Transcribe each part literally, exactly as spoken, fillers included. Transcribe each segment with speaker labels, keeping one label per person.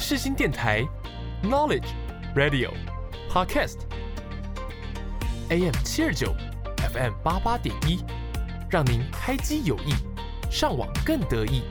Speaker 1: 世新电台 Knowledge Radio Podcast A M 七二九 F M 八八点一，让您开机有益，上网更得意。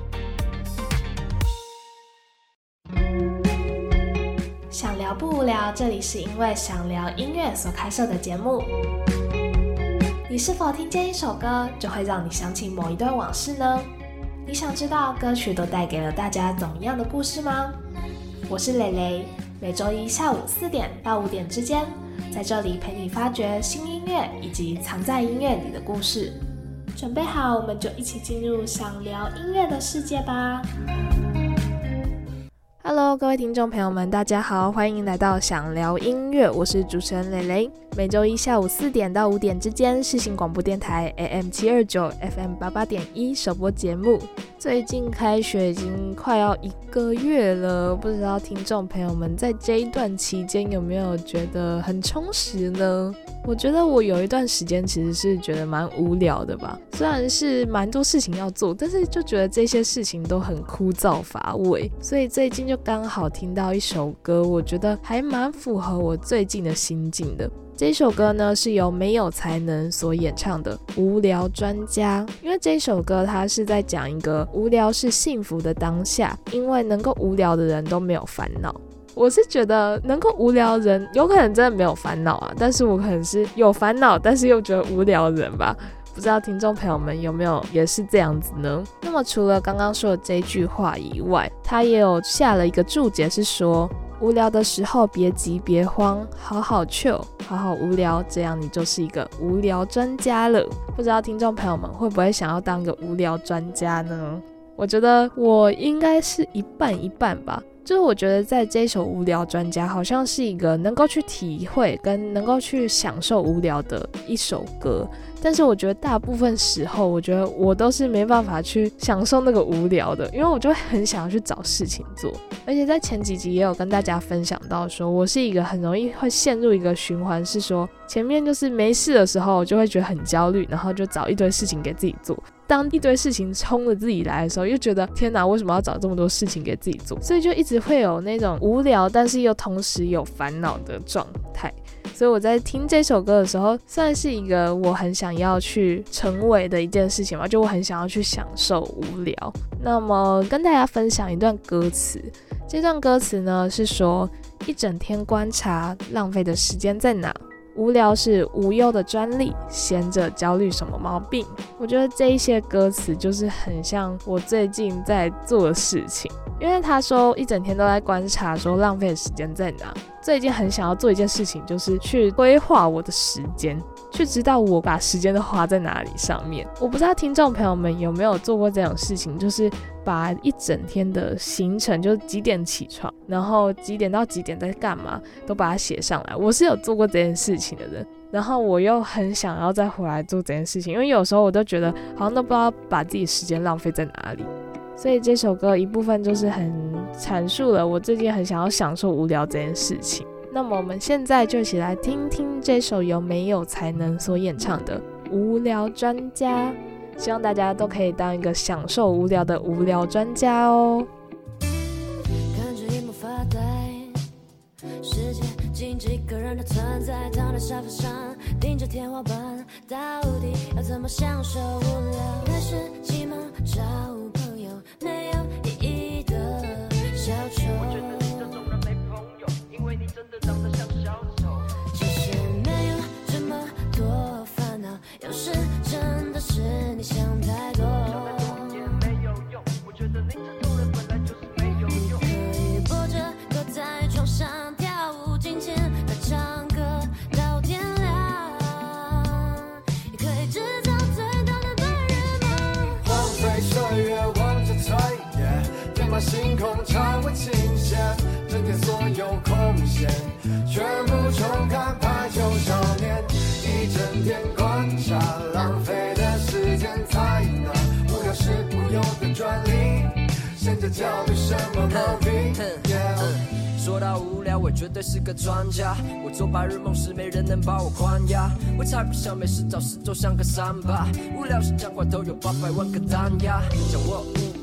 Speaker 2: 想聊不无聊，这里是因为想聊音乐所开设的节目。你是否听见一首歌，就会让你想起某一段往事呢？你想知道歌曲都带给了大家怎么样的故事吗？我是蕾蕾，每周一下午四点到五点之间，在这里陪你发掘新音乐以及藏在音乐里的故事。准备好，我们就一起进入想聊音乐的世界吧。Hello， 各位听众朋友们，大家好，欢迎来到想聊音乐，我是主持人蕾蕾。每周一下午四点到五点之间，世新广播电台 A M 七二九 F M 八八点一首播节目。最近开学已经快要一个月了，不知道听众朋友们在这一段期间有没有觉得很充实呢？我觉得我有一段时间其实是觉得蛮无聊的吧，虽然是蛮多事情要做，但是就觉得这些事情都很枯燥乏味，所以最近就刚好听到一首歌，我觉得还蛮符合我最近的心境的。这首歌呢是由没有才能所演唱的《无聊专家》，因为这首歌它是在讲一个无聊是幸福的当下，因为能够无聊的人都没有烦恼。我是觉得能够无聊的人有可能真的没有烦恼啊，但是我可能是有烦恼但是又觉得无聊的人吧，不知道听众朋友们有没有也是这样子呢？那么除了刚刚说的这句话以外，他也有下了一个注解，是说无聊的时候别急别慌，好好 chill， 好好无聊，这样你就是一个无聊专家了。不知道听众朋友们会不会想要当个无聊专家呢？我觉得我应该是一半一半吧，就是我觉得在这首无聊专家好像是一个能够去体会跟能够去享受无聊的一首歌，但是我觉得大部分时候我觉得我都是没办法去享受那个无聊的，因为我就会很想要去找事情做。而且在前几集也有跟大家分享到说，我是一个很容易会陷入一个循环，是说前面就是没事的时候我就会觉得很焦虑，然后就找一堆事情给自己做，当一堆事情冲着自己来的时候又觉得天哪，为什么要找这么多事情给自己做，所以就一直会有那种无聊但是又同时有烦恼的状态。所以我在听这首歌的时候，算是一个我很想要去成为的一件事情吧，就我很想要去享受无聊。那么跟大家分享一段歌词，这段歌词呢是说，一整天观察浪费的时间在哪，无聊是无忧的专利，闲着焦虑什么毛病。我觉得这一些歌词就是很像我最近在做的事情，因为他说一整天都在观察说浪费的时间在哪，最近很想要做一件事情，就是去规划我的时间，去知道我把时间都花在哪里上面。我不知道听众朋友们有没有做过这种事情，就是把一整天的行程，就是几点起床，然后几点到几点在干嘛，都把它写上来。我是有做过这件事情的人，然后我又很想要再回来做这件事情，因为有时候我都觉得好像都不知道把自己时间浪费在哪里。所以这首歌一部分就是很阐述了我最近很想要享受无聊这件事情。那么我们现在就一起来听听这首由没有才能所演唱的《无聊专家》，希望大家都可以当一个享受无聊的无聊专家哦。
Speaker 3: 看着荧幕发呆，世界静止一个人的存在，躺在沙发上盯着天花板，到底要怎么享受无聊？开始寂寞找朋友，没有意义的小丑。我觉得你这种人没朋友，因为你真的长得像小丑。其实没有这么多烦恼，有时真的是你想太多。也没有用，我觉得你这种人本来就是没有用。你可以播着歌在床上跳舞，尽情地唱歌到天亮，也可以制造最大的白日梦。
Speaker 4: 荒废岁月望着炊烟，天马行空常为倾斜，整天所有空闲全部重看排球少年，一整天观察浪费的时间在哪，无聊是无忧的专利，闲着焦虑什么毛病、yeah
Speaker 5: 说到无聊，我绝对是个专家。我做白日梦时，没人能把我关押。我才不想没事找事做，像个三八。无聊时讲话都有八百万个单压。讲我无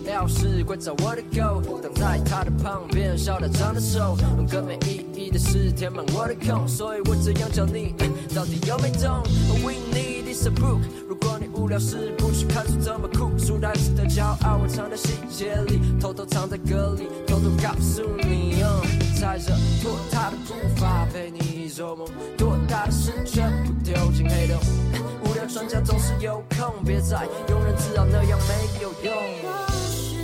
Speaker 5: 料是会找我的狗，挡在他的旁边，笑得张着手，用个没意义的事填满我的空，所以我这样叫你，到底有没懂 ？We need is a book。如果你无聊时不去看书这么酷，书呆子的骄傲，我藏在细节里，偷偷藏在歌里，偷偷告诉你，嗯，踩着拖沓的步伐陪你做梦，多大的事全部丢进黑洞。无聊专家总是有空，别再庸人自扰，那样没有用。
Speaker 3: 或许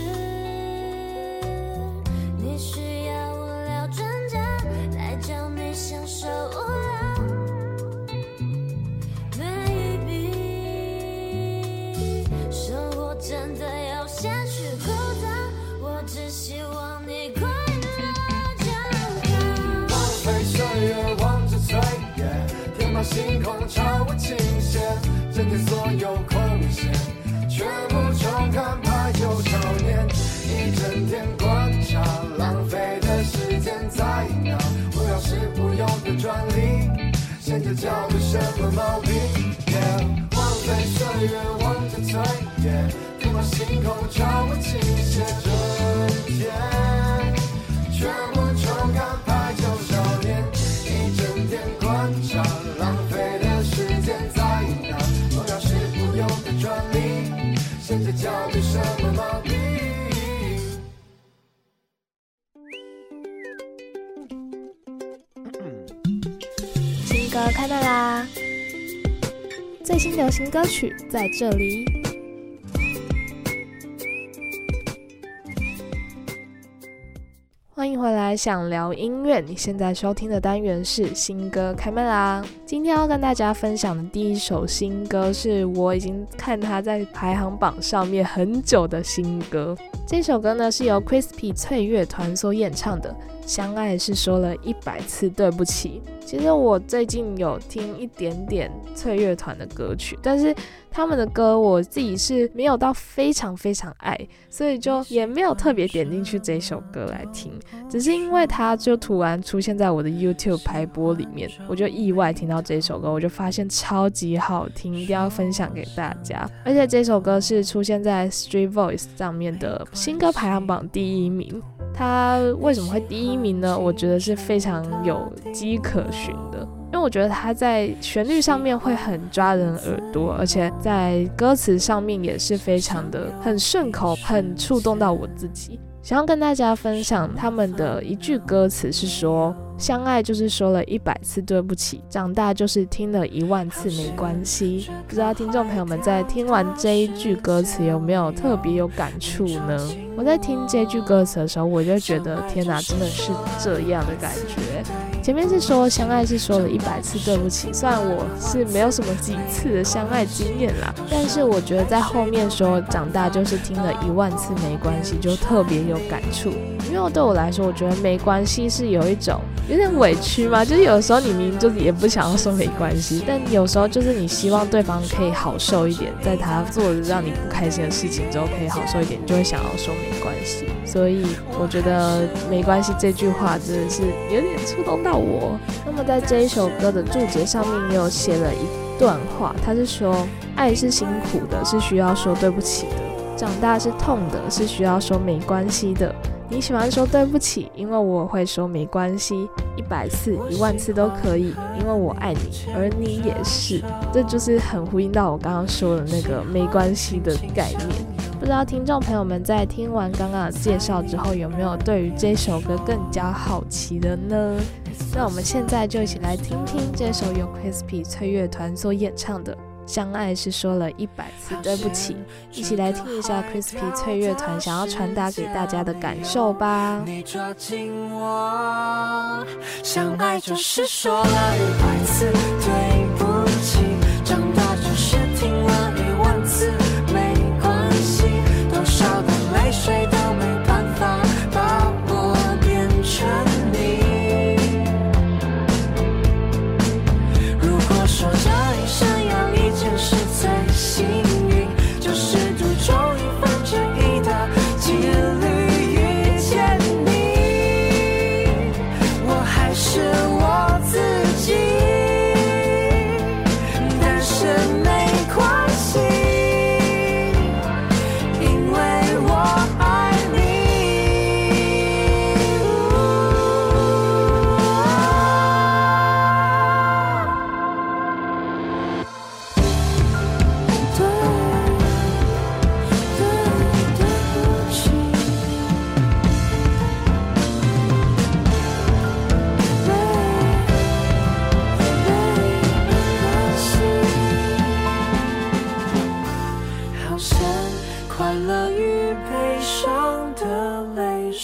Speaker 3: 你需要无聊专家来教你享受无聊。Maybe 生活真的有些许枯燥，我只希望你快乐就好。
Speaker 4: 浪费岁月望着炊烟，天马行空朝我倾斜，整天所有空闲全部重看排球少年，一整天观察浪费的时间在哪，无聊是无用的专利，现在教的什么毛病、yeah, 浪费岁月望着炊烟，天马行空朝我倾斜，整天全部重看排球少年，一整天观察浪费的时间在哪，无聊是无用的专利，现在教的什么毛病？
Speaker 2: 新歌开麦啦！最新流行歌曲在这里。欢迎回来，想聊音乐。你现在收听的单元是新歌开麦啦。今天要跟大家分享的第一首新歌，是我已经看它在排行榜上面很久的新歌。这首歌呢是由 Crispy 脆乐团所演唱的，相爱是说了一百次对不起。其实我最近有听一点点脆乐团的歌曲，但是他们的歌我自己是没有到非常非常爱，所以就也没有特别点进去这首歌来听，只是因为它就突然出现在我的 YouTube 排播里面，我就意外听到这首歌，我就发现超级好听，一定要分享给大家。而且这首歌是出现在 Street Voice 上面的新歌排行榜第一名。它为什么会第一名呢？我觉得是非常有迹可循的，因为我觉得它在旋律上面会很抓人耳朵，而且在歌词上面也是非常的很顺口，很触动到我自己。想要跟大家分享他们的一句歌词是说，相爱就是说了一百次对不起，长大就是听了一万次没关系。不知道听众朋友们在听完这一句歌词有没有特别有感触呢？我在听这句歌词的时候，我就觉得天哪，真的是这样的感觉。前面是说相爱是说了一百次对不起，虽然我是没有什么几次的相爱经验啦，但是我觉得在后面说长大就是听了一万次没关系，就特别有感触。因为对我来说，我觉得没关系是有一种有点委屈嘛，就是有时候你明明就是也不想要说没关系，但有时候就是你希望对方可以好受一点，在他做的让你不开心的事情之后可以好受一点，你就会想要说没关系。所以我觉得没关系这句话真的是有点触动到我。那么在这一首歌的注解上面也有写了一段话，他是说爱是辛苦的，是需要说对不起的，长大是痛的，是需要说没关系的。你喜欢说对不起，因为我会说没关系，一百次一万次都可以，因为我爱你，而你也是。这就是很呼应到我刚刚说的那个没关系的概念。不知道听众朋友们在听完刚刚的介绍之后，有没有对于这首歌更加好奇的呢？那我们现在就一起来听听这首由 Crispy 脆乐团所演唱的相爱是说了一百次对不起，一起来听一下 Crispy 脆乐团想要传达给大家的感受吧。
Speaker 6: 你抓紧我，相爱就是说了一百次对不起，长大就是听了一万次没关系，多少的泪水都没办法把我变成你。如果说这一生有一件事最幸运，就是赌中一分之一的几率遇见你，我还是我自己。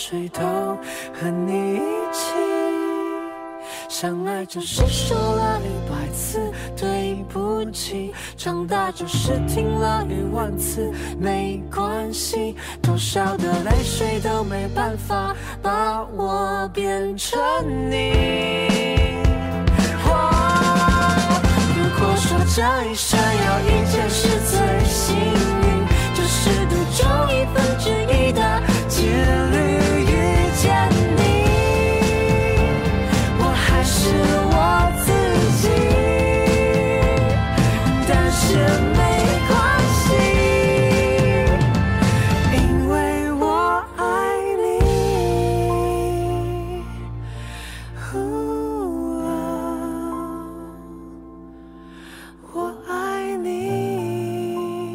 Speaker 6: 水都和你一起。相爱就是说了一百次对不起，长大就是听了一万次没关系，多少的泪水都没办法把我变成你。如果说这一生有一件事最幸运，就是赌中一分之一的几率遇见你，我还是我自己，但是没关系，因为我爱你。我爱你。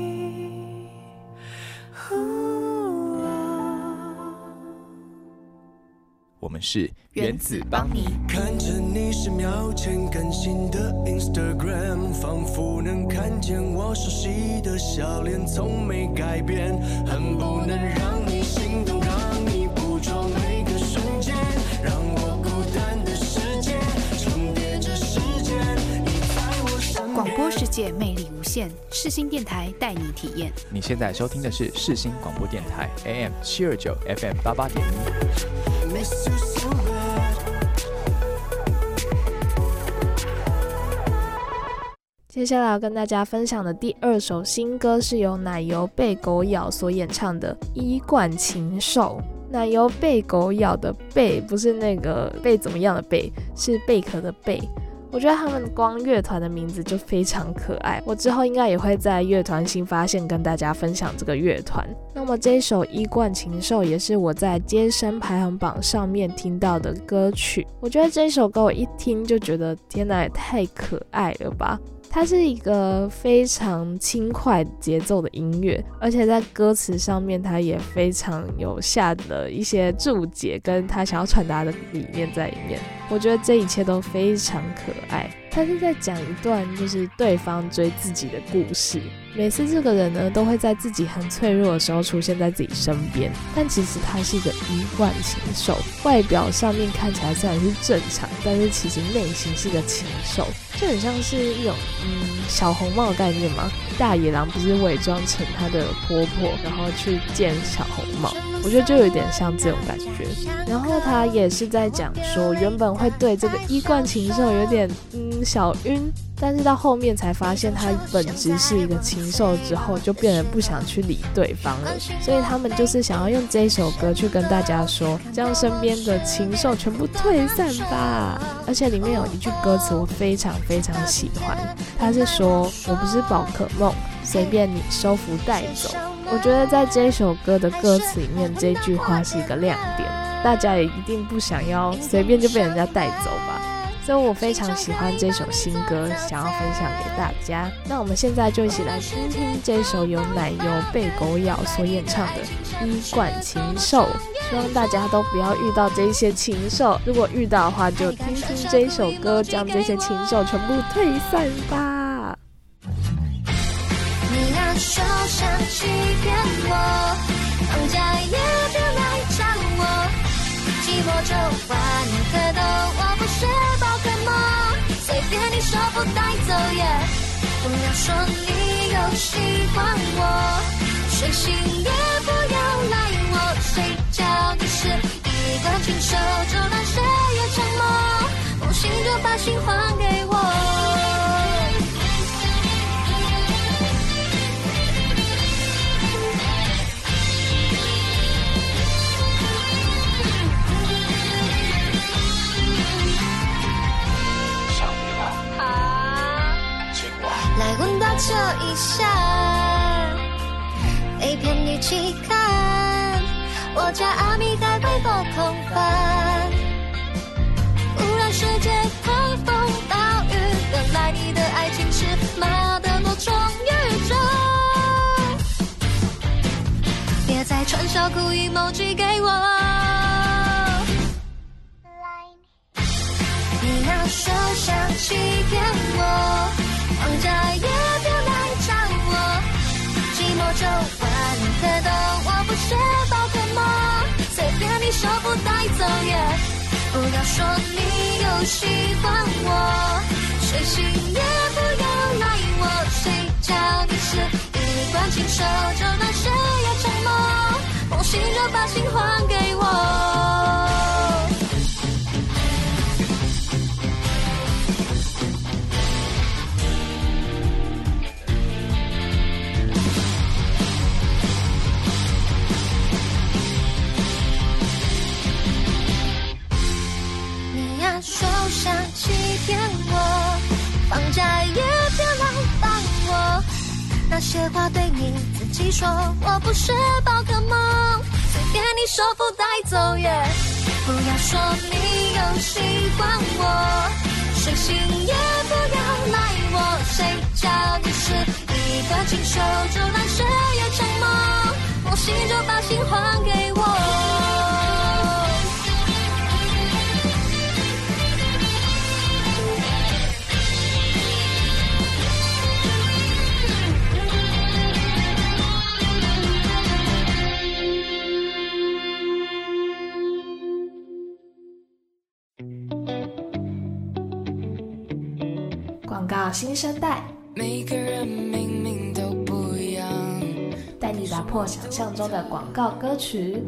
Speaker 7: 我们是原子帮你。
Speaker 4: 看着你十秒前更新的 Instagram， 仿佛能看见我熟悉的笑脸，从没改变，恨不能让你心动，让你捕捉每个瞬间，让我孤单的世界重叠着时间，你在我身边。
Speaker 8: 广播世界魅力无限，世新电台带你体验。
Speaker 7: 你现在收听的是世新广播电台 A M 七二九 F M 八八点一。
Speaker 2: 接下来要跟大家分享的第二首新歌是由奶油被狗咬所演唱的《衣冠禽兽》。奶油被狗咬的被不是那个被怎么样的被，是贝壳的贝。我觉得他们光乐团的名字就非常可爱，我之后应该也会在乐团新发现跟大家分享这个乐团。那么这一首《衣冠禽兽》也是我在街声排行榜上面听到的歌曲。我觉得这首歌我一听就觉得天哪，也太可爱了吧。它是一个非常轻快节奏的音乐，而且在歌词上面它也非常有下的一些注解跟他想要传达的理念在里面，我觉得这一切都非常可爱。他是在讲一段就是对方追自己的故事，每次这个人呢都会在自己很脆弱的时候出现在自己身边，但其实他是一个衣冠禽兽，外表上面看起来虽然是正常，但是其实内心是个禽兽，就很像是一种嗯小红帽的概念嘛。大野狼不是伪装成他的婆婆，然后去见小红帽，我觉得就有点像这种感觉。然后他也是在讲说，原本会对这个衣冠禽兽有点嗯小晕，但是到后面才发现他本质是一个禽兽之后，就变得不想去理对方了。所以他们就是想要用这一首歌去跟大家说，将身边的禽兽全部退散吧。而且里面有一句歌词我非常非常喜欢，他是说我不是宝可梦，随便你收服带走。我觉得在这首歌的歌词里面，这句话是一个亮点，大家也一定不想要随便就被人家带走吧。所以我非常喜欢这首新歌，想要分享给大家。那我们现在就一起来听听这首由奶油被狗咬所演唱的《衣冠禽兽》，希望大家都不要遇到这些禽兽，如果遇到的话就听听这首歌，将这些禽兽全部退散吧。
Speaker 3: 你拿手想欺骗我，绑架也别来缠我，寂寞就换可懂，我不是宝可梦，随便你收服带走耶。不要说你有喜欢我，睡醒也不要赖我，谁叫你是衣冠禽兽，就让谁也沉默，不信就把心还给我。来问到这一下，被骗你去看，我家阿米还会否空翻？忽然世界台风暴雨，原来你的爱情是马的多重宇宙。别再传小哭 emoji 给我，你拿手想欺骗我，绑架也别来缠我，寂寞就换可懂，我不是宝可梦，随便你手不带走耶。不要说你有喜欢我，谁信也不要赖我，谁叫你是一贯禽兽，就让谁也沉默，梦醒就把心还给我。手想欺骗我，放假也别来烦我，那些话对你自己说，我不是宝可梦，随便你手不带走耶。不要说你有喜欢我，谁信也不要赖我，谁叫你是一贯禽兽，就让谁也沉默，梦醒就把心还给我。
Speaker 2: 广告新生代，
Speaker 6: 每个人明明都不一样，
Speaker 2: 带你打破想象中的广告歌曲。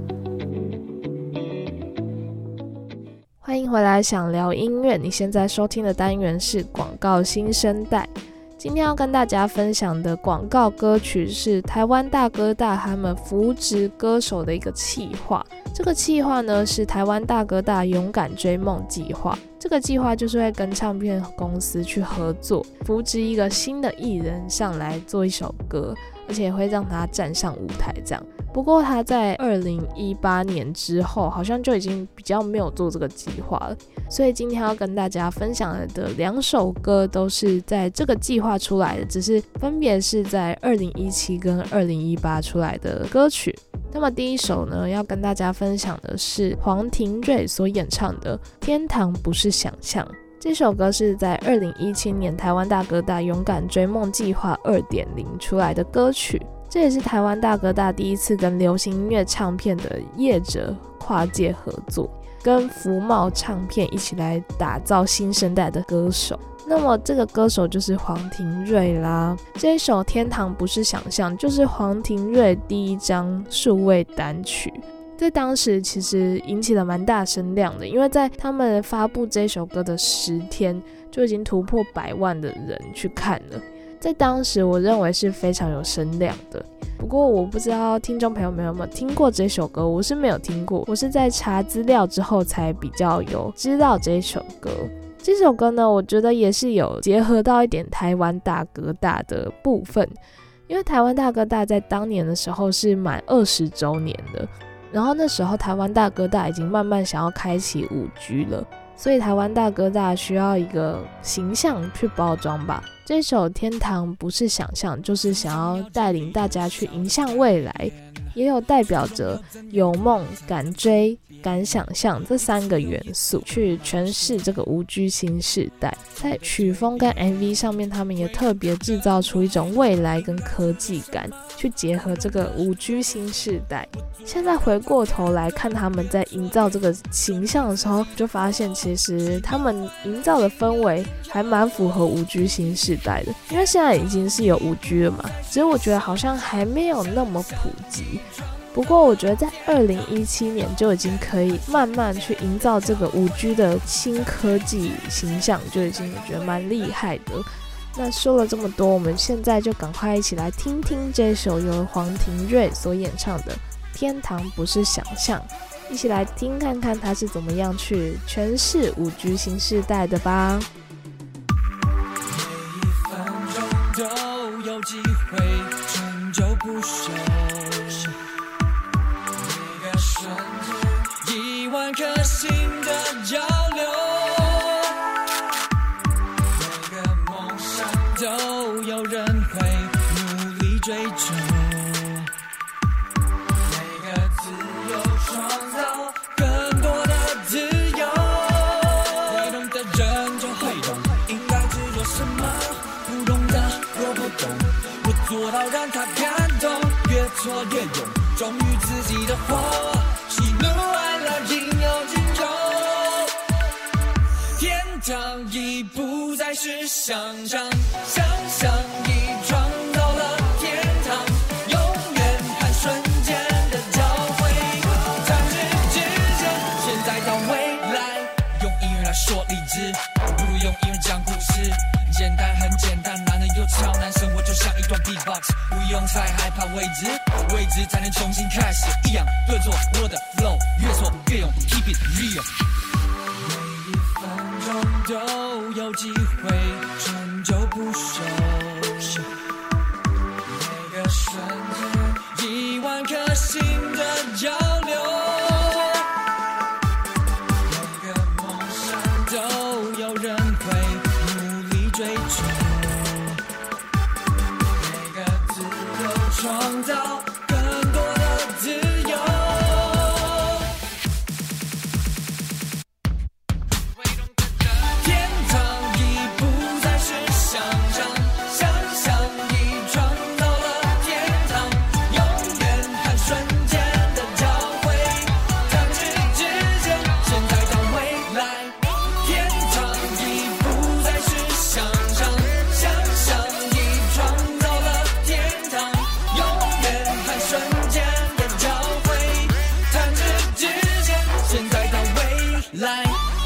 Speaker 2: 欢迎回来，想聊音乐。你现在收听的单元是广告新生代。今天要跟大家分享的广告歌曲是台湾大哥大他们扶植歌手的一个企划。这个企划呢是台湾大哥大勇敢追梦计划。这个计划就是会跟唱片公司去合作，扶植一个新的艺人上来做一首歌，而且会让他站上舞台这样。不过他在二零一八年之后好像就已经比较没有做这个计划了，所以今天要跟大家分享的两首歌都是在这个计划出来的，只是分别是在二零一七跟二零一八出来的歌曲。那么第一首呢，要跟大家分享的是黄庭瑞所演唱的《天堂不是想象》。这首歌是在二零一七年台湾大哥大勇敢追梦计划 二点零 出来的歌曲，这也是台湾大哥大第一次跟流行音乐唱片的业者跨界合作，跟福茂唱片一起来打造新生代的歌手。那么这个歌手就是黄庭瑞啦。这一首《天堂不是想象》就是黄庭瑞第一张数位单曲，在当时其实引起了蛮大声量的，因为在他们发布这首歌的十天就已经突破百万的人去看了，在当时我认为是非常有声量的。不过我不知道听众朋友们有没有听过这首歌，我是没有听过，我是在查资料之后才比较有知道这首歌。这首歌呢，我觉得也是有结合到一点台湾大哥大的部分，因为台湾大哥大在当年的时候是满二十周年的，然后那时候台湾大哥大已经慢慢想要开启 五 G 了，所以台湾大哥大需要一个形象去包装吧。这首《天堂不是想象》就是想要带领大家去迎向未来，也有代表着有梦、敢追、敢想象这三个元素去诠释这个 五 G 新世代。在曲风跟 M V 上面，他们也特别制造出一种未来跟科技感，去结合这个 五 G 新世代。现在回过头来看他们在营造这个形象的时候，就发现其实他们营造的氛围还蛮符合 五 G 新世代的，因为现在已经是有 五 G 了嘛，只是我觉得好像还没有那么普及。不过我觉得在二零一七年就已经可以慢慢去营造这个 五 G 的新科技形象，就已经觉得蛮厉害的。那说了这么多，我们现在就赶快一起来听听这首由黄庭瑞所演唱的《天堂不是想象》，一起来听看看他是怎么样去诠释 五 G 新世代的吧。
Speaker 6: 每一分钟都有机会成就不朽，每个瞬间一万颗心的交流，每个梦想都有人会努力追求，每个自由创造更多的自由，会懂的人就会懂应该制作什么，不懂的我不懂，我做到让他感动，越挫越勇，忠于自己的火，喜怒哀
Speaker 9: 堂已不再是想象，想象已创造了天堂，永远和瞬间的交汇，弹指之间，现在到未来。用音乐来说理智，不如用音乐讲故事。简单很简单，难的又超难，生活就像一段 beatbox， 不用太害怕未知，未知才能重新开始。一样对做我的 flow， 越挫越勇 ，keep it real。每一分钟都有机会成就不朽，每个瞬间一万颗心的交流，每个梦想都有人会努力追求，每个自由创造更多的自由。天堂已不再是想象，想象已创造了天堂，永远和瞬间的交汇，弹指之间，现在到未来。天堂已不再是想象，想象已创造了天堂，永远和瞬间的交汇，弹指之间，现在到未来。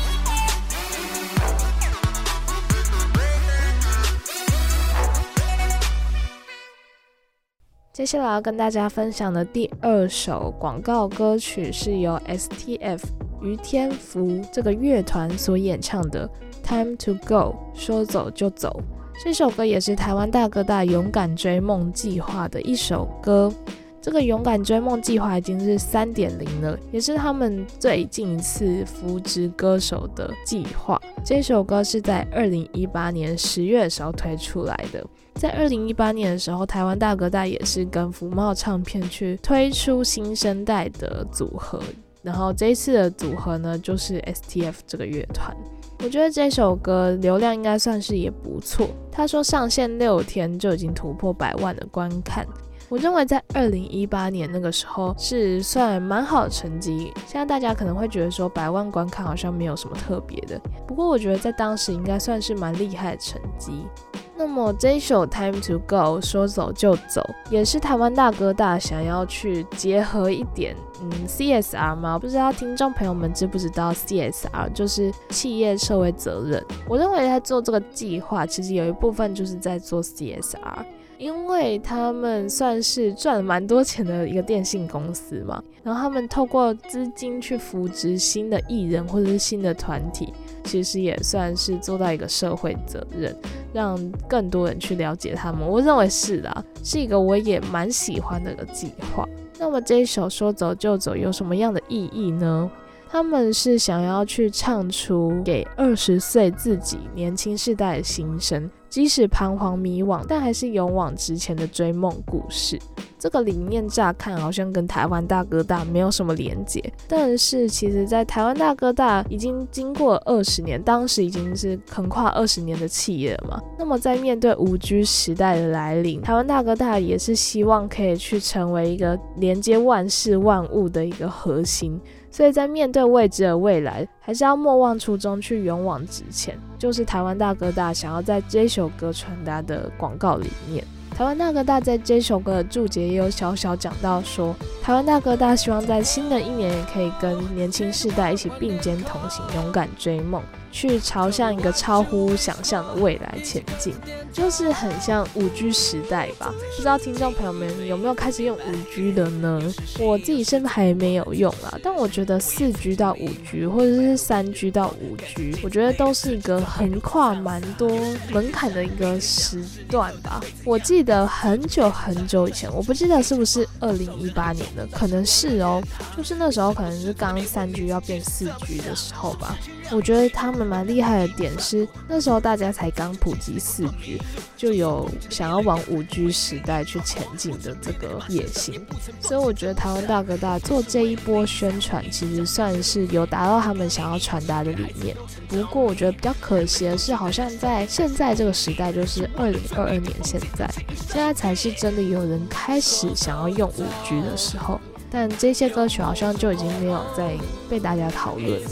Speaker 2: 接下来要跟大家分享的第二首广告歌曲是由 S T F 于天福这个乐团所演唱的 Time to Go 说走就走。这首歌也是台湾大哥大勇敢追梦计划的一首歌。这个勇敢追梦计划已经是 三点零 了，也是他们最近一次扶植歌手的计划。这首歌是在二零一八年十月的时候推出来的。在二零一八年的时候，台湾大哥大也是跟福茂唱片去推出新生代的组合，然后这一次的组合呢就是 S T F 这个乐团。我觉得这首歌流量应该算是也不错，他说上线六天就已经突破百万的观看。我认为在二零一八年那个时候是算蛮好的成绩，现在大家可能会觉得说百万观看好像没有什么特别的，不过我觉得在当时应该算是蛮厉害的成绩。那么这一首 Time to Go 说走就走，也是台湾大哥大想要去结合一点嗯 C S R 吗？不知道听众朋友们知不知道 C S R 就是企业社会责任。我认为在做这个计划其实有一部分就是在做 C S R，因为他们算是赚了蛮多钱的一个电信公司嘛，然后他们透过资金去扶植新的艺人或者是新的团体，其实也算是做到一个社会责任，让更多人去了解他们。我认为是啦，是一个我也蛮喜欢的一个计划。那么这一首说走就走有什么样的意义呢？他们是想要去唱出给二十岁自己年轻世代的心声，即使彷徨迷惘，但还是勇往直前的追梦故事。这个理念乍看好像跟台湾大哥大没有什么连结，但是其实在台湾大哥大已经经过二十年，当时已经是横跨二十年的企业了嘛。那么在面对 五 G 时代的来临，台湾大哥大也是希望可以去成为一个连接万事万物的一个核心，所以在面对未知的未来，还是要莫忘初衷，去勇往直前，就是台湾大哥大想要在这首歌传达的广告理念。台湾大哥大在这首歌的注解也有小小讲到说，台湾大哥大希望在新的一年也可以跟年轻世代一起并肩同行，勇敢追梦，去朝向一个超乎想象的未来前进，就是很像 五 G 时代吧。不知道听众朋友们有没有开始用 五 G 的呢？我自己是还没有用啦，但我觉得 四 G 到 五 G 或者是 三 G 到 五 G， 我觉得都是一个横跨蛮多门槛的一个时段吧。我记得很久很久以前，我不记得是不是二零一八年的，可能是哦，就是那时候可能是刚 三 G 要变 四 G 的时候吧。我觉得他们蛮厉害的点是，那时候大家才刚普及 四 G， 就有想要往 五 G 时代去前进的这个野心，所以我觉得台湾大哥大做这一波宣传，其实算是有达到他们想要传达的理念。不过我觉得比较可惜的是，好像在现在这个时代，就是二零二二年现在，现在才是真的有人开始想要用 五 G 的时候，但这些歌曲好像就已经没有再被大家讨论了。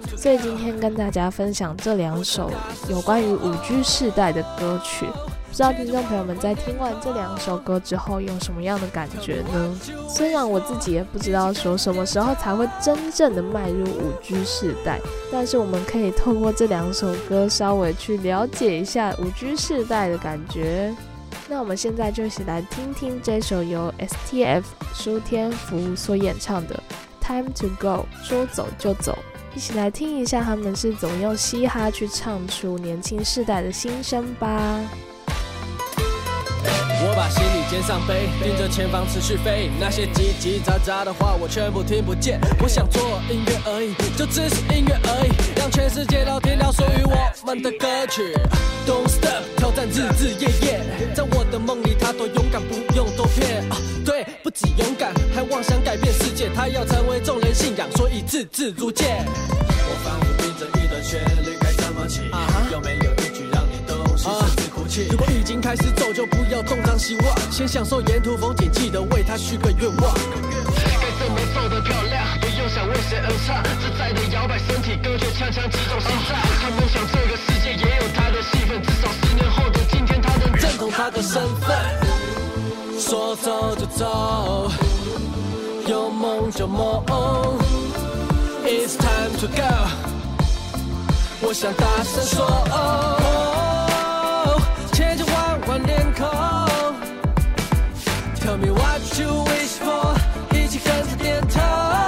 Speaker 2: 所以今天跟大家分享这两首有关于 五 G 世代的歌曲。不知道听众朋友们在听完这两首歌之后有什么样的感觉呢？虽然我自己也不知道说什么时候才会真正的迈入 五 G 世代，但是我们可以透过这两首歌稍微去了解一下 五 G 世代的感觉。那我们现在就一起来听听这首由 S T F 舒天福所演唱的 Time to Go 说走就走，一起来听一下他们是怎么用嘻哈去唱出年轻世代的心声吧。
Speaker 10: 我把行李肩上背，盯着前方持续飞，那些叽叽喳喳的话我全部听不见。我想做音乐而已，就只是音乐而已，让全世界都听到属于我们的歌曲。Don't stop， 挑战日日夜夜，在我的梦里他多勇敢，不用多骗、啊、对，不止勇敢，还妄想改变世界，他要成为众人信仰，所以字字如剑。我仿佛听着一段旋律，该怎么起、uh-huh. 有没有一句让你动心甚至哭泣、uh-huh. 如果已经开始走，就不要东张西望，先享受沿途风景，记得为他许个愿望。该怎么走得漂亮，不用想为谁而唱，自在的摇摆身体，歌却锵锵击中心脏。他梦想这个世界也有他的戏份，至少十年后的今天，他能认同他的身份。说走就走，有梦就梦 ，It's time to go。我想大声说，哦，千千万万脸孔。Tell me what you wish for， 一起跟着点头。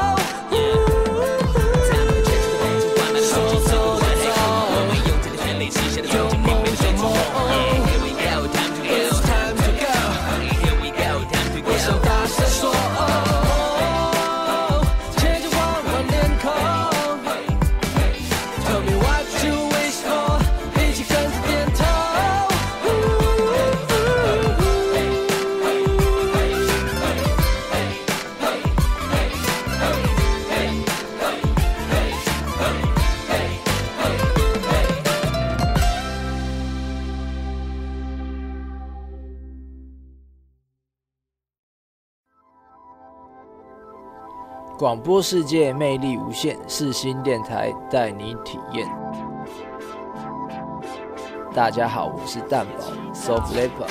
Speaker 10: 说走就走，有梦就梦。It's time to go， 我想大声说，哦，千千万万脸孔。Tell me what you wish for， 一起跟着点头。
Speaker 11: 广播世界魅力无限，世新电台带你体验。大家好，我是蛋宝 Soft Leopard。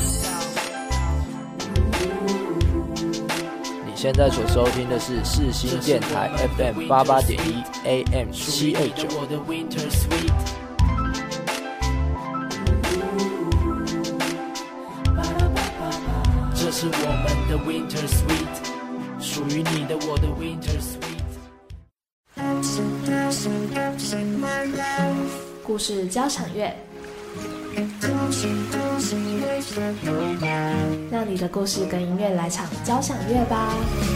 Speaker 11: 你现在所收听的是世新电台 F M 八八点一 A M 七二九。
Speaker 12: 这是我们的 Winter Sweet。属于你的我的 Winter Sweet。
Speaker 2: 故事交响乐，让你的故事跟音乐来场交响乐吧。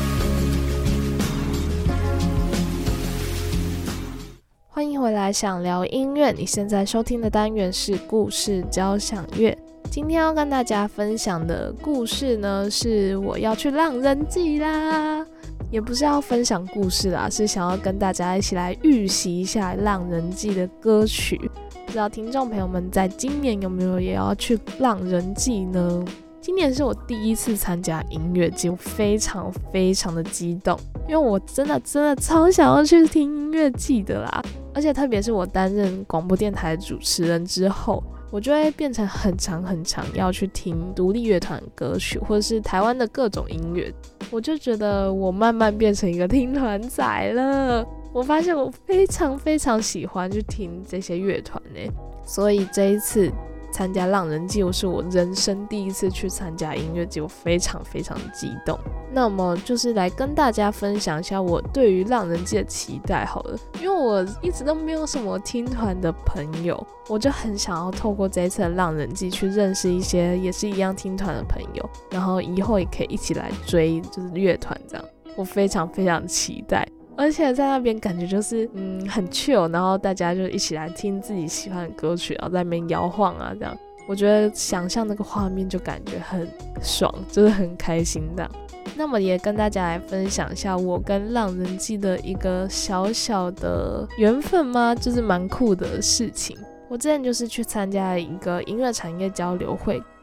Speaker 2: 欢迎回来，想聊音乐。你现在收听的单元是故事交响乐。今天要跟大家分享的故事呢，是我要去浪人祭啦，也不是要分享故事啦，是想要跟大家一起来预习一下浪人祭的歌曲。不知道听众朋友们在今年有没有也要去浪人祭呢？今年是我第一次参加音乐祭，我非常非常的激动，因为我真的真的超想要去听音乐祭的啦。而且特别是我担任广播电台的主持人之后，我就会变成很长很长要去听独立乐团歌曲，或者是台湾的各种音乐。我就觉得我慢慢变成一个听团仔了。我发现我非常非常喜欢去听这些乐团耶，所以这一次参加浪人祭，我是我人生第一次去参加音乐祭，我非常非常激动。那么就是来跟大家分享一下我对于浪人祭的期待好了，因为我一直都没有什么听团的朋友，我就很想要透过这一次的浪人祭去认识一些也是一样听团的朋友，然后以后也可以一起来追就是乐团这样，我非常非常期待。而且在那边感觉就是嗯很 chill， 然后大家就一起来听自己喜欢的歌曲，然后在那边摇晃啊这样，我觉得想象那个画面就感觉很爽，就是很开心的。那么也跟大家来分享一下我跟浪人祭的一个小小的缘分吗，就是蛮酷的事情。我之前就是去参加一个音乐产业交流会，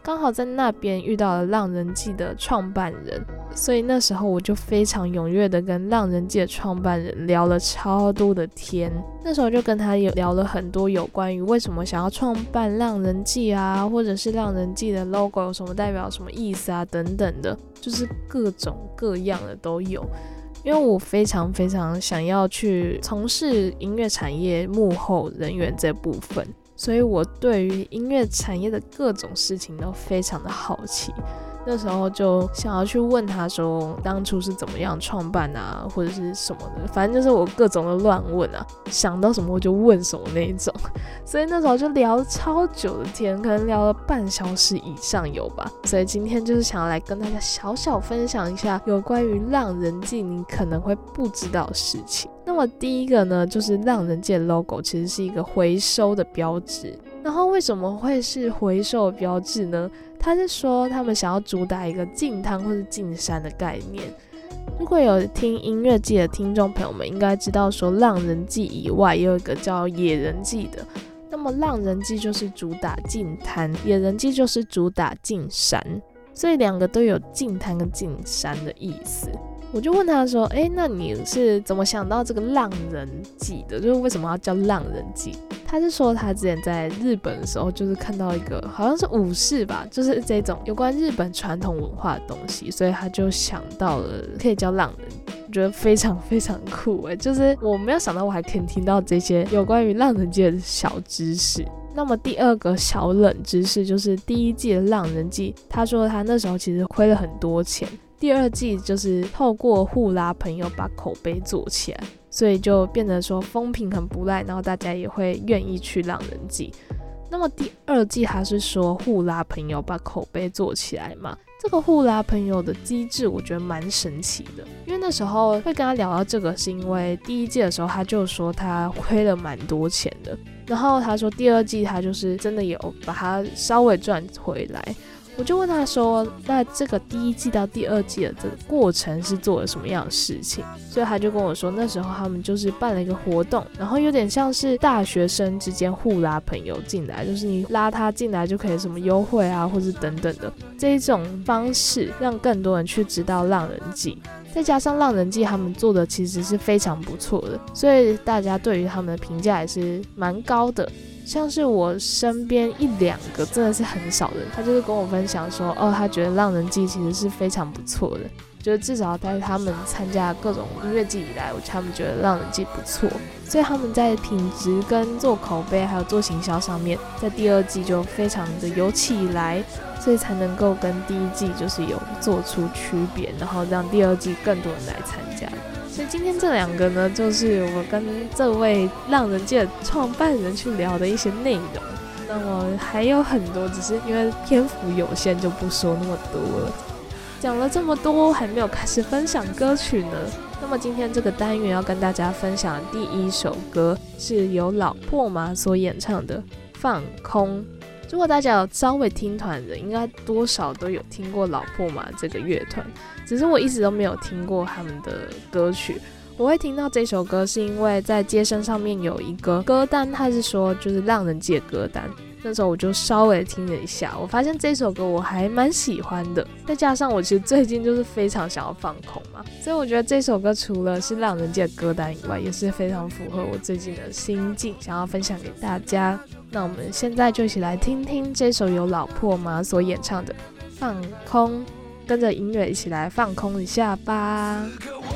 Speaker 2: 刚好在那边遇到了浪人记的创办人，所以那时候我就非常踊跃的跟浪人记的创办人聊了超多的天。那时候就跟他有聊了很多有关于为什么想要创办浪人记啊，或者是浪人记的 logo 有什么代表什么意思啊等等的，就是各种各样的都有。因为我非常非常想要去从事音乐产业幕后人员这部分，所以我对于音乐产业的各种事情都非常的好奇。那时候就想要去问他说当初是怎么样创办啊，或者是什么的，反正就是我各种的乱问啊，想到什么我就问什么那一种。所以那时候就聊了超久的天，可能聊了半小时以上有吧。所以今天就是想要来跟大家小小分享一下有关于浪人记你可能会不知道的事情。那么第一个呢，就是浪人记的 logo 其实是一个回收的标志。然后为什么会是回收的标志呢？他是说他们想要主打一个净滩或是净山的概念。如果有听音乐季的听众朋友们应该知道说浪人记以外也有一个叫野人记的，那么浪人记就是主打净滩，野人记就是主打净山，所以两个都有净滩跟净山的意思。我就问他说，哎，那你是怎么想到这个浪人记的？就是为什么要叫浪人记？他是说他之前在日本的时候，就是看到一个好像是武士吧，就是这种有关日本传统文化的东西，所以他就想到了可以叫浪人。我觉得非常非常酷哎，就是我没有想到我还可以听到这些有关于浪人记的小知识。那么第二个小冷知识就是第一季的浪人记，他说他那时候其实亏了很多钱。第二季就是透过互拉朋友把口碑做起来，所以就变得说风评很不赖，然后大家也会愿意去浪人记。那么第二季他是说互拉朋友把口碑做起来嘛，这个互拉朋友的机制我觉得蛮神奇的。因为那时候会跟他聊到这个是因为第一季的时候他就说他亏了蛮多钱的，然后他说第二季他就是真的有把它稍微赚回来。我就问他说，那这个第一季到第二季的这个过程是做了什么样的事情？所以他就跟我说，那时候他们就是办了一个活动，然后有点像是大学生之间互拉朋友进来，就是你拉他进来就可以什么优惠啊，或是等等的这一种方式，让更多人去知道浪人记。再加上浪人记他们做的其实是非常不错的，所以大家对于他们的评价也是蛮高的。像是我身边一两个真的是很少人，他就是跟我分享说，哦，他觉得浪人记其实是非常不错的，就是至少在他们参加各种音乐季以来，我他们觉得浪人记不错，所以他们在品质跟做口碑还有做行销上面，在第二季就非常的有起来，所以才能够跟第一季就是有做出区别，然后让第二季更多人来参加。所以今天这两个呢，就是我跟这位浪人记的创办人去聊的一些内容。那么还有很多，只是因为篇幅有限，就不说那么多了。讲了这么多，还没有开始分享歌曲呢。那么今天这个单元要跟大家分享的第一首歌，是由老破麻所演唱的《放空》。如果大家有稍微听团的人，应该多少都有听过老破麻这个乐团，只是我一直都没有听过他们的歌曲。我会听到这首歌是因为在街声上面有一个歌单，它是说就是浪人记的歌单，那时候我就稍微听了一下，我发现这首歌我还蛮喜欢的，再加上我其实最近就是非常想要放空嘛，所以我觉得这首歌除了是浪人记的歌单以外，也是非常符合我最近的心境，想要分享给大家。那我们现在就一起来听听这首由老破麻所演唱的《放空》，跟着音乐一起来放空一下吧。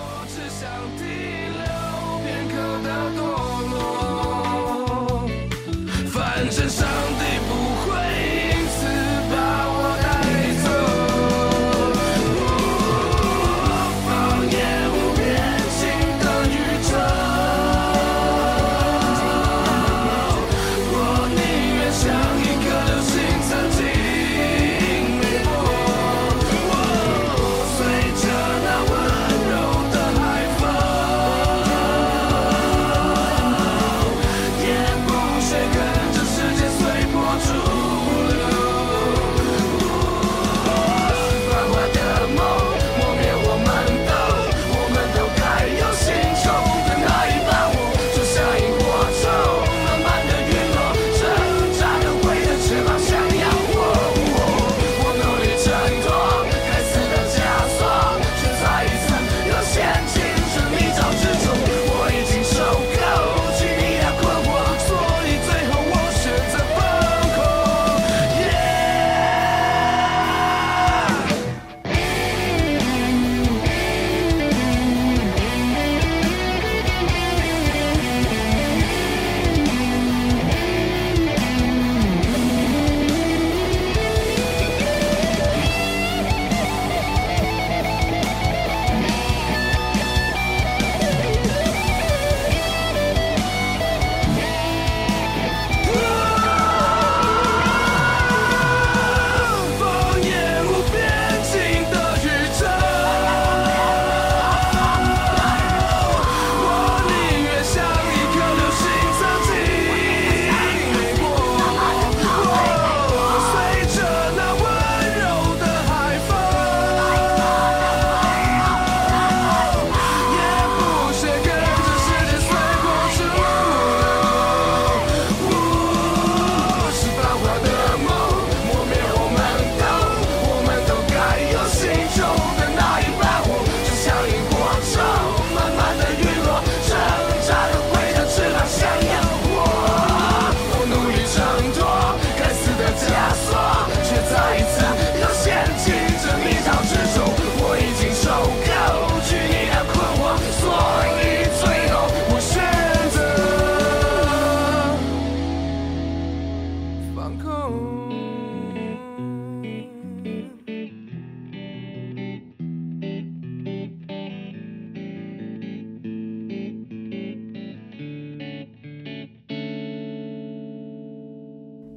Speaker 13: 反正上帝不会因此把我带走，放眼无边境的宇宙，我宁愿像一颗流星曾经掠过，随着那温柔的海风，也不屑跟着世界随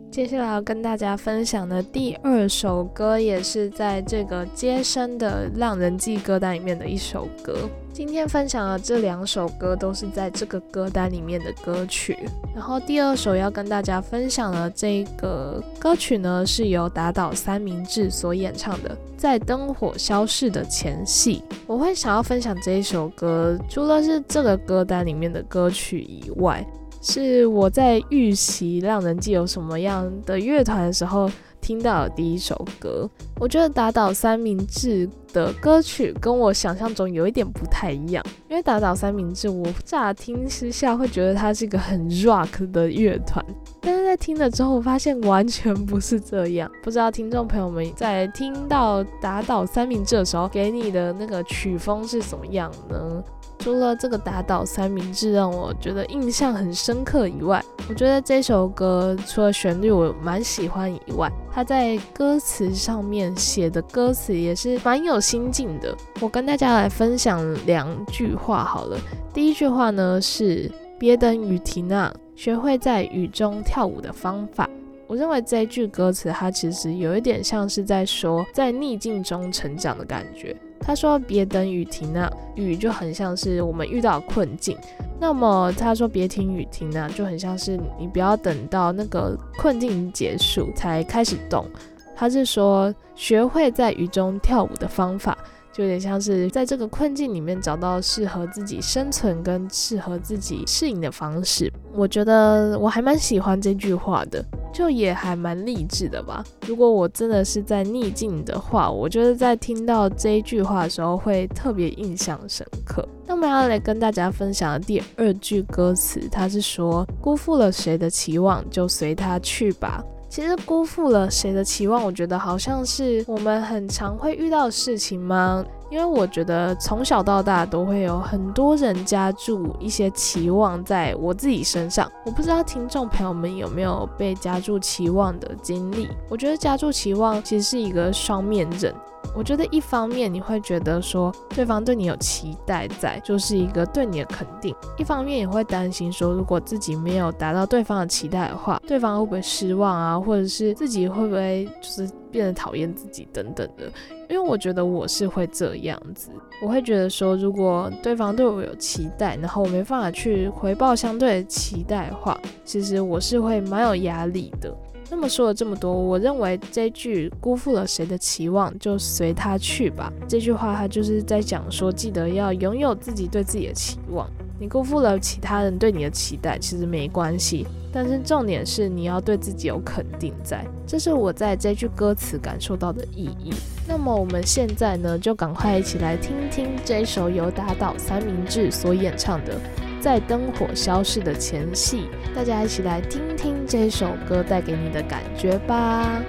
Speaker 2: 接下来要跟大家分享的第二首歌，也是在这个街声的浪人记歌单里面的一首歌。今天分享的这两首歌都是在这个歌单里面的歌曲。然后第二首要跟大家分享的这个歌曲呢，是由打倒三明治所演唱的《在灯火消逝的前夕》。我会想要分享这一首歌，除了是这个歌单里面的歌曲以外，是我在预习浪人记有什么样的乐团的时候听到的第一首歌。我觉得打倒三明治的歌曲跟我想象中有一点不太一样，因为打倒三明治我乍听之下会觉得它是一个很 rock 的乐团，但是在听了之后我发现完全不是这样。不知道听众朋友们在听到打倒三明治的时候给你的那个曲风是什么样呢？除了这个打倒三明治让我觉得印象很深刻以外，我觉得这首歌除了旋律我蛮喜欢以外，它在歌词上面写的歌词也是蛮有心境的。我跟大家来分享两句话好了。第一句话呢是别等雨停啊，学会在雨中跳舞的方法。我认为这一句歌词它其实有一点像是在说在逆境中成长的感觉。他说别等雨停啊，雨就很像是我们遇到的困境，那么他说别听雨停啊，就很像是你不要等到那个困境结束才开始动。他是说学会在雨中跳舞的方法，就有点像是在这个困境里面找到适合自己生存跟适合自己适应的方式。我觉得我还蛮喜欢这句话的，就也还蛮励志的吧。如果我真的是在逆境的话，我觉得在听到这一句话的时候会特别印象深刻。那么要来跟大家分享的第二句歌词，它是说辜负了谁的期望就随他去吧。其实辜负了谁的期望，我觉得好像是我们很常会遇到的事情吗？因为我觉得从小到大都会有很多人加注一些期望在我自己身上。我不知道听众朋友们有没有被加注期望的经历。我觉得加注期望其实是一个双面刃。我觉得一方面你会觉得说对方对你有期待在，就是一个对你的肯定，一方面也会担心说如果自己没有达到对方的期待的话，对方会不会失望啊，或者是自己会不会就是变得讨厌自己等等的。因为我觉得我是会这样子，我会觉得说如果对方对我有期待，然后我没办法去回报相对的期待的话，其实我是会蛮有压力的。那么说了这么多，我认为这句辜负了谁的期望就随他去吧，这句话它就是在讲说记得要拥有自己对自己的期望。你辜负了其他人对你的期待其实没关系，但是重点是你要对自己有肯定在，这是我在这句歌词感受到的意义。那么我们现在呢就赶快一起来听听这首由打倒三明治所演唱的在灯火消逝的前夕，大家一起来听听这首歌带给你的感觉吧。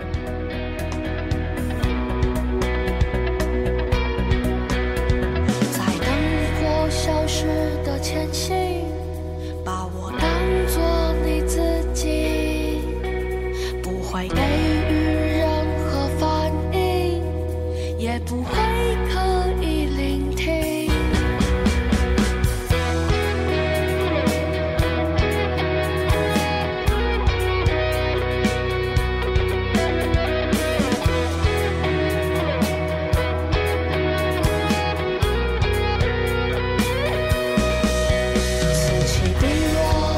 Speaker 6: 在灯火消逝的前夕，把我当作你自己，不会给予任何反应，也不会刻意聆听。此起彼落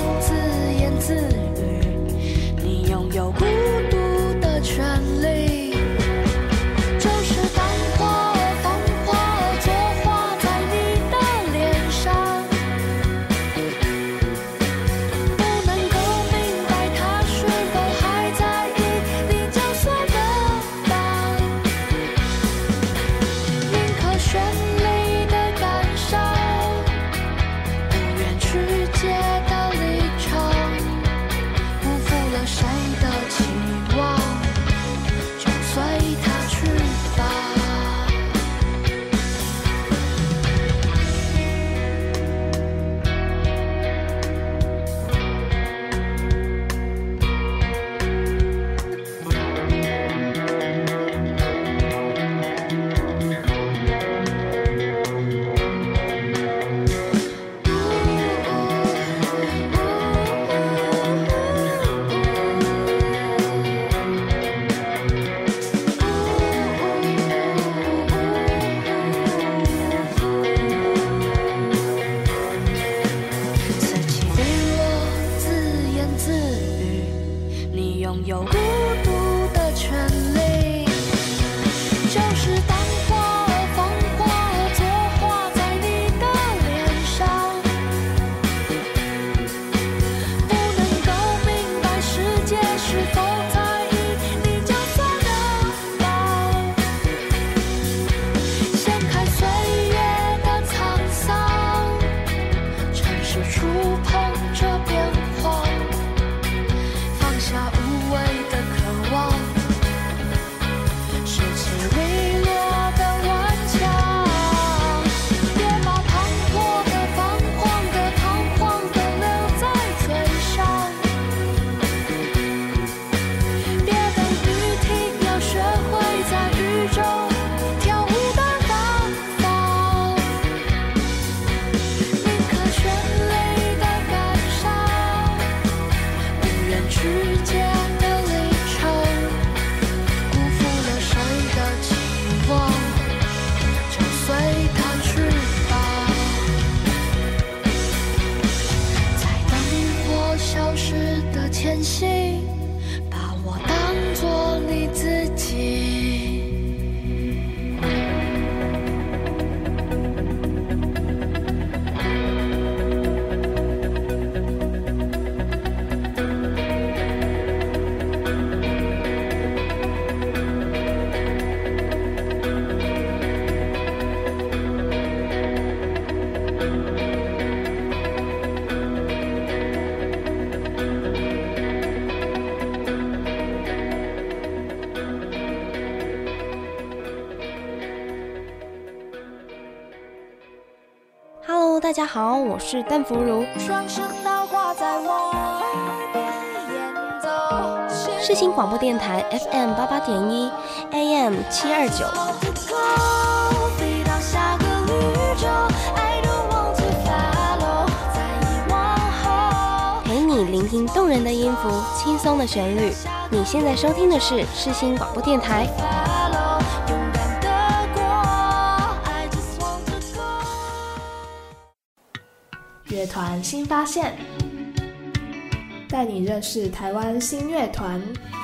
Speaker 3: 心，把我当作你自己。
Speaker 14: 大家好，我是邓福如。
Speaker 3: 双声道画在我耳边演奏，
Speaker 14: 世新广播电台 F M 八八点一 A M 七二九。陪你聆听动人的音符，轻松的旋律。你现在收听的是世新广播电台。
Speaker 2: 乐团新发现，带你认识台湾新乐团。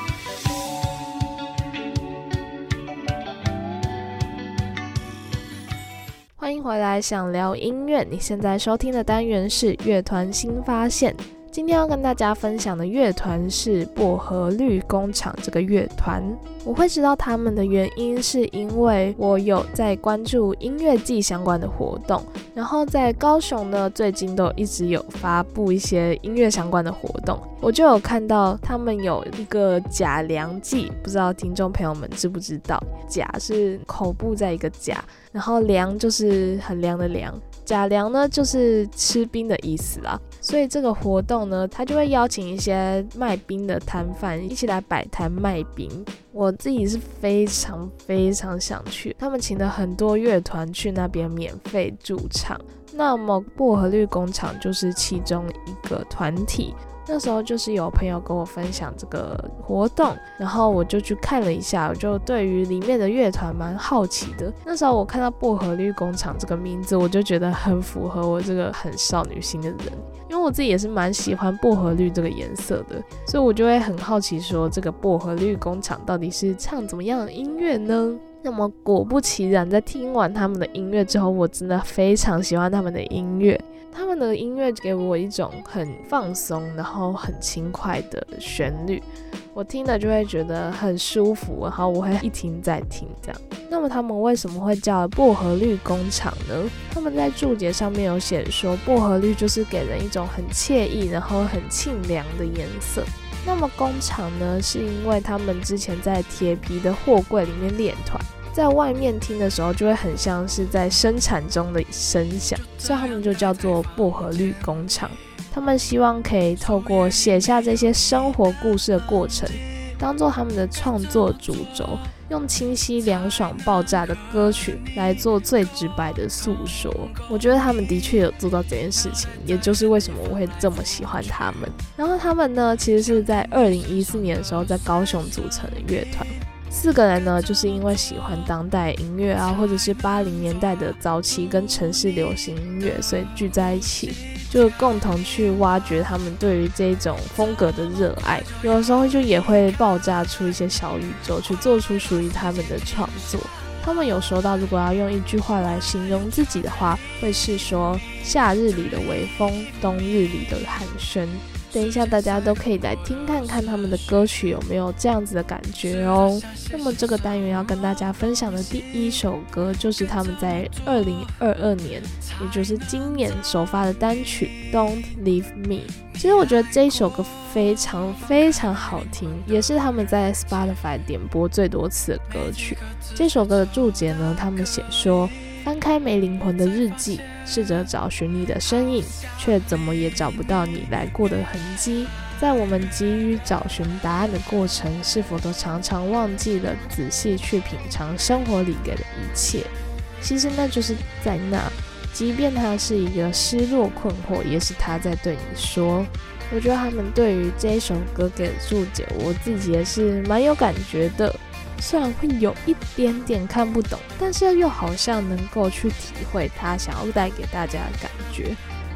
Speaker 2: 欢迎回来，想聊音乐。你现在收听的单元是乐团新发现。今天要跟大家分享的乐团是薄荷绿工厂这个乐团。我会知道他们的原因是因为我有在关注音乐季相关的活动，然后在高雄呢最近都一直有发布一些音乐相关的活动，我就有看到他们有一个假凉季，不知道听众朋友们知不知道，假是口部在一个假，然后凉就是很凉的凉，假凉呢就是吃冰的意思啦。所以这个活动呢，他就会邀请一些卖冰的摊贩一起来摆摊卖冰。我自己是非常非常想去，他们请了很多乐团去那边免费驻唱，那么薄荷绿工厂就是其中一个团体。那时候就是有朋友跟我分享这个活动，然后我就去看了一下，我就对于里面的乐团蛮好奇的。那时候我看到薄荷绿工厂这个名字，我就觉得很符合我这个很少女心的人，因为我自己也是蛮喜欢薄荷绿这个颜色的，所以我就会很好奇说这个薄荷绿工厂到底是唱怎么样的音乐呢？那么果不其然，在听完他们的音乐之后，我真的非常喜欢他们的音乐。他们的音乐给我一种很放松，然后很轻快的旋律，我听了就会觉得很舒服，然后我会一听再听这样。那么他们为什么会叫薄荷绿工厂呢？他们在注解上面有写说，薄荷绿就是给人一种很惬意，然后很沁凉的颜色。那么工厂呢，是因为他们之前在铁皮的货柜里面练团，在外面听的时候就会很像是在生产中的声响，所以他们就叫做薄荷绿工厂。他们希望可以透过写下这些生活故事的过程，当做他们的创作主轴，用清晰凉爽爆炸的歌曲来做最直白的诉说。我觉得他们的确有做到这件事情，也就是为什么我会这么喜欢他们。然后他们呢，其实是在二零一四年的时候在高雄组成的乐团，四个人呢就是因为喜欢当代音乐啊，或者是八零年代的早期跟城市流行音乐，所以聚在一起，就共同去挖掘他们对于这种风格的热爱，有的时候就也会爆炸出一些小宇宙，去做出属于他们的创作。他们有说到，如果要用一句话来形容自己的话，会是说夏日里的微风，冬日里的寒暄。等一下大家都可以来听看看他们的歌曲有没有这样子的感觉哦。那么这个单元要跟大家分享的第一首歌，就是他们在二零二二年，也就是今年首发的单曲 Don't Leave Me。 其实我觉得这一首歌非常非常好听，也是他们在 Spotify 点播最多次的歌曲。这首歌的注解呢，他们写说，翻开没灵魂的日记，试着找寻你的身影，却怎么也找不到你来过的痕迹。在我们急于找寻答案的过程，是否都常常忘记了仔细去品尝生活里给的一切？其实那就是在那，即便它是一个失落困惑，也是他在对你说。我觉得他们对于这一首歌给的注解，我自己也是蛮有感觉的。虽然会有一点点看不懂，但是又好像能够去体会他想要带给大家的感觉。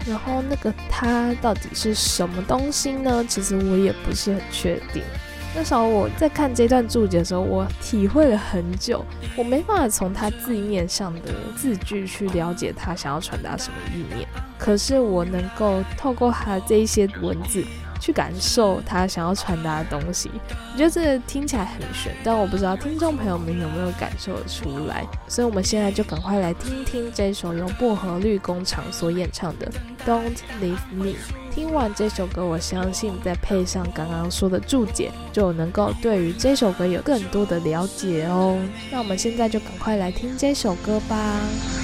Speaker 2: 然后那个他到底是什么东西呢？其实我也不是很确定。那时候我在看这段注解的时候，我体会了很久，我没办法从他字面上的字句去了解他想要传达什么意念，可是我能够透过他这一些文字去感受他想要传达的东西。我觉得这个听起来很玄，但我不知道听众朋友们有没有感受得出来。所以我们现在就赶快来听听这首由薄荷绿工厂所演唱的 Don't Leave Me。 听完这首歌，我相信再配上刚刚说的注解，就能够对于这首歌有更多的了解哦。那我们现在就赶快来听这首歌吧。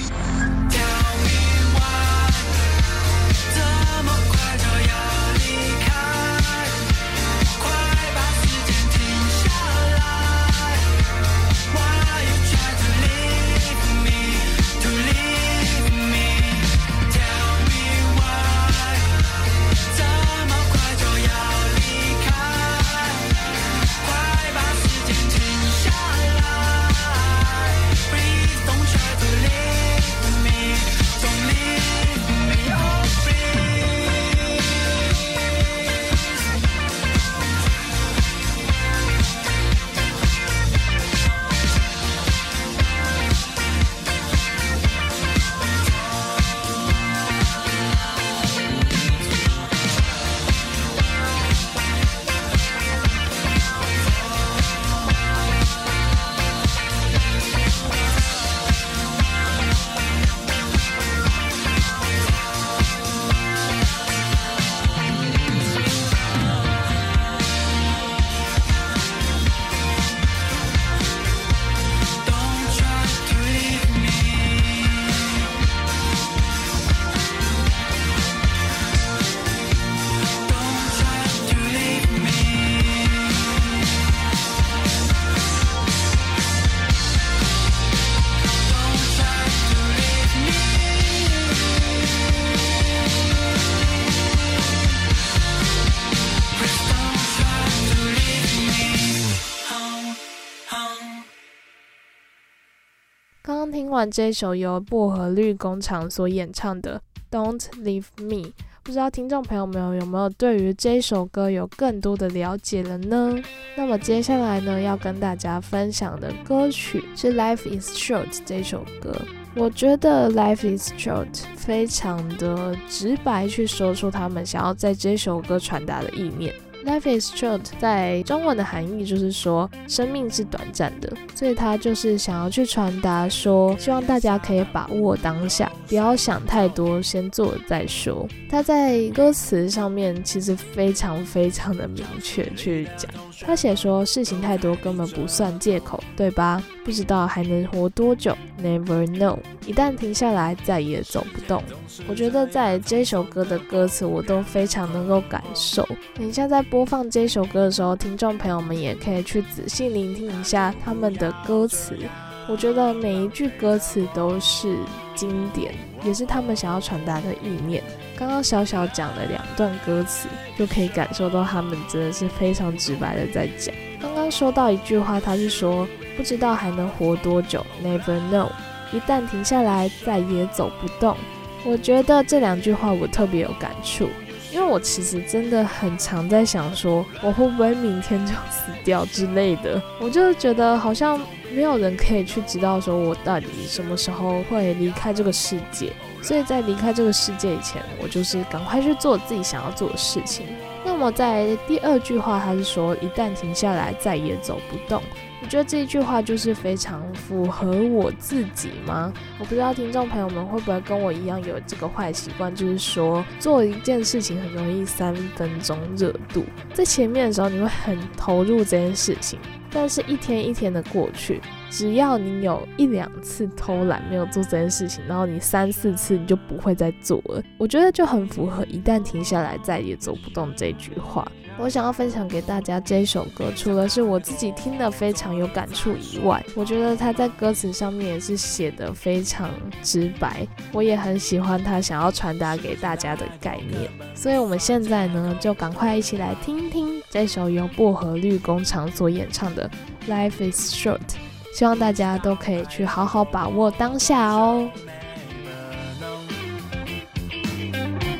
Speaker 2: 刚刚听完这首由薄荷绿工厂所演唱的 Don't Leave Me， 不知道听众朋友们有没有对于这首歌有更多的了解了呢？那么接下来呢，要跟大家分享的歌曲是 Life is Short 这首歌。我觉得 Life is Short 非常的直白去说出他们想要在这首歌传达的意念。Life is short 在中文的含义就是说生命是短暂的，所以他就是想要去传达说，希望大家可以把握当下，不要想太多，先做了再说。他在歌词上面其实非常非常的明确去讲，他写说事情太多根本不算借口，对吧？不知道还能活多久 Never know， 一旦停下来再也走不动。我觉得在这首歌的歌词我都非常能够感受，等一下在播放这首歌的时候，听众朋友们也可以去仔细聆听一下他们的歌词。我觉得每一句歌词都是经典，也是他们想要传达的意念。刚刚小小讲了两段歌词，就可以感受到他们真的是非常直白的在讲。刚刚说到一句话，他是说不知道还能活多久 Never know， 一旦停下来再也走不动。我觉得这两句话我特别有感触，因为我其实真的很常在想说，我会不会明天就死掉之类的。我就觉得好像没有人可以去知道说我到底什么时候会离开这个世界，所以在离开这个世界以前，我就是赶快去做自己想要做的事情。那么在第二句话，他是说一旦停下来再也走不动。我觉得这一句话就是非常符合我自己吗？我不知道听众朋友们会不会跟我一样有这个坏习惯，就是说做一件事情很容易三分钟热度，在前面的时候你会很投入这件事情，但是一天一天的过去，只要你有一两次偷懒没有做这件事情，然后你三四次你就不会再做了。我觉得就很符合一旦停下来再也走不动这句话。我想要分享给大家这首歌，除了是我自己听得非常有感触以外，我觉得他在歌词上面也是写得非常直白，我也很喜欢他想要传达给大家的概念。所以我们现在呢，就赶快一起来听听这首由薄荷绿工厂所演唱的 Life is Short， 希望大家都可以去好好把握当下哦。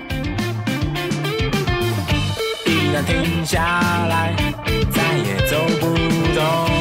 Speaker 15: 然停下来，再也走不动。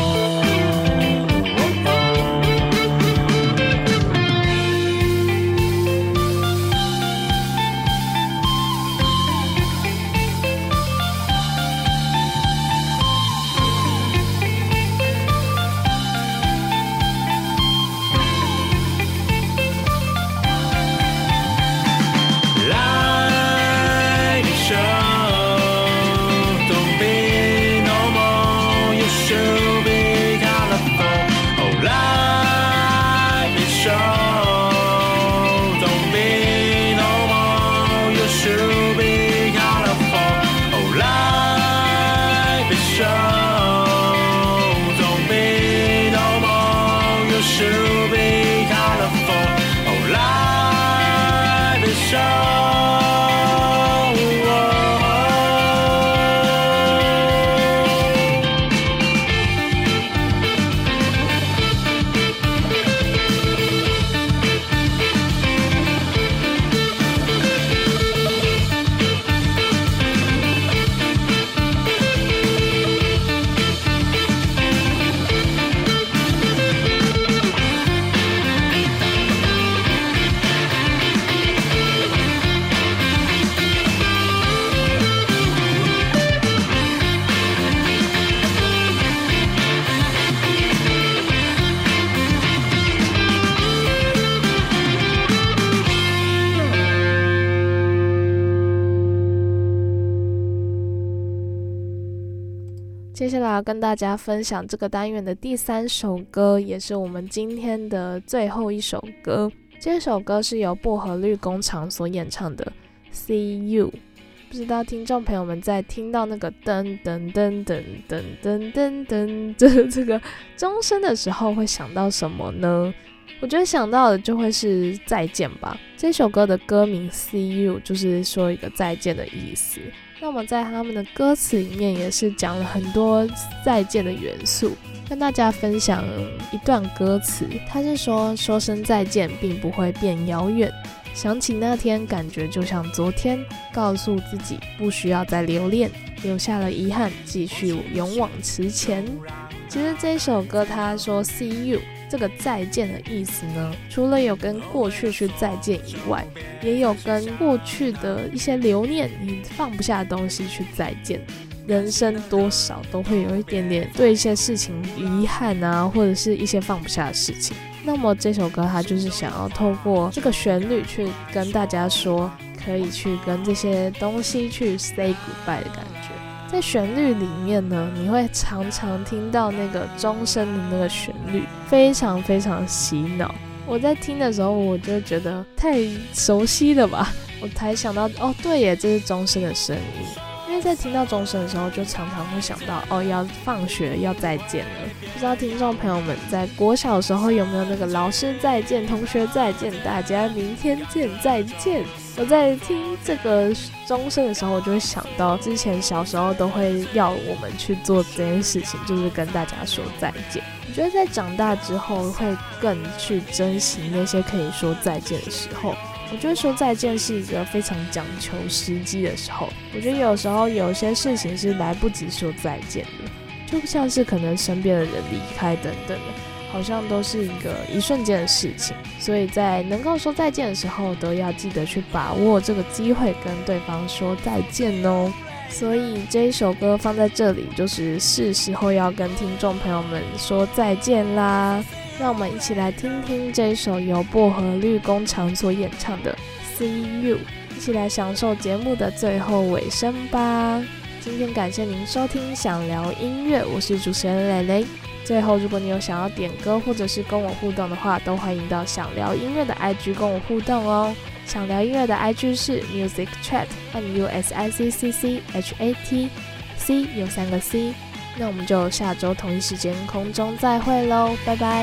Speaker 2: 接下来要跟大家分享这个单元的第三首歌，也是我们今天的最后一首歌。这首歌是由薄荷绿工厂所演唱的 See You。 不知道听众朋友们在听到那个噔噔噔噔噔噔噔噔这这个钟声的时候会想到什么呢？我觉得想到的就会是再见吧。这首歌的歌名 See You 就是说一个再见的意思。那么在他们的歌词里面也是讲了很多再见的元素，跟大家分享一段歌词。他是说，说声再见并不会变遥远，想起那天感觉就像昨天，告诉自己不需要再留恋，留下了遗憾，继续勇往直前。其实这首歌他说 See you 这个再见的意思呢，除了有跟过去去再见以外，也有跟过去的一些留念，你放不下的东西去再见。人生多少都会有一点点对一些事情遗憾啊，或者是一些放不下的事情。那么这首歌它就是想要透过这个旋律去跟大家说，可以去跟这些东西去 say goodbye 的感觉。在旋律里面呢，你会常常听到那个钟声的那个旋律，非常非常洗脑。我在听的时候，我就觉得太熟悉了吧，我才想到，哦，对耶，这是钟声的声音。因为在听到钟声的时候，就常常会想到，哦，要放学，要再见了。不知道听众朋友们在国小的时候有没有那个老师再见，同学再见，大家明天见，再见。我在听这个钟声的时候，我就会想到之前小时候都会要我们去做这件事情，就是跟大家说再见。我觉得在长大之后会更去珍惜那些可以说再见的时候。我觉得说再见是一个非常讲求时机的时候。我觉得有时候有些事情是来不及说再见的，就像是可能身边的人离开等等的，好像都是一个一瞬间的事情。所以在能够说再见的时候，都要记得去把握这个机会跟对方说再见哦。所以这一首歌放在这里，就是是时候要跟听众朋友们说再见啦。让我们一起来听听这首由薄荷绿工厂所演唱的 See You， 一起来享受节目的最后尾声吧。今天感谢您收听想聊音乐，我是主持人蕾蕾。最后如果你有想要点歌或者是跟我互动的话，都欢迎到想聊音乐的 I G 跟我互动哦。想聊音乐的 I G 是 Music Chat M U S I C C C H A T C 有三个 C。那我们就下周同一时间空中再会咯，拜拜。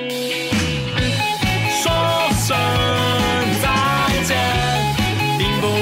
Speaker 15: 说声再见，并不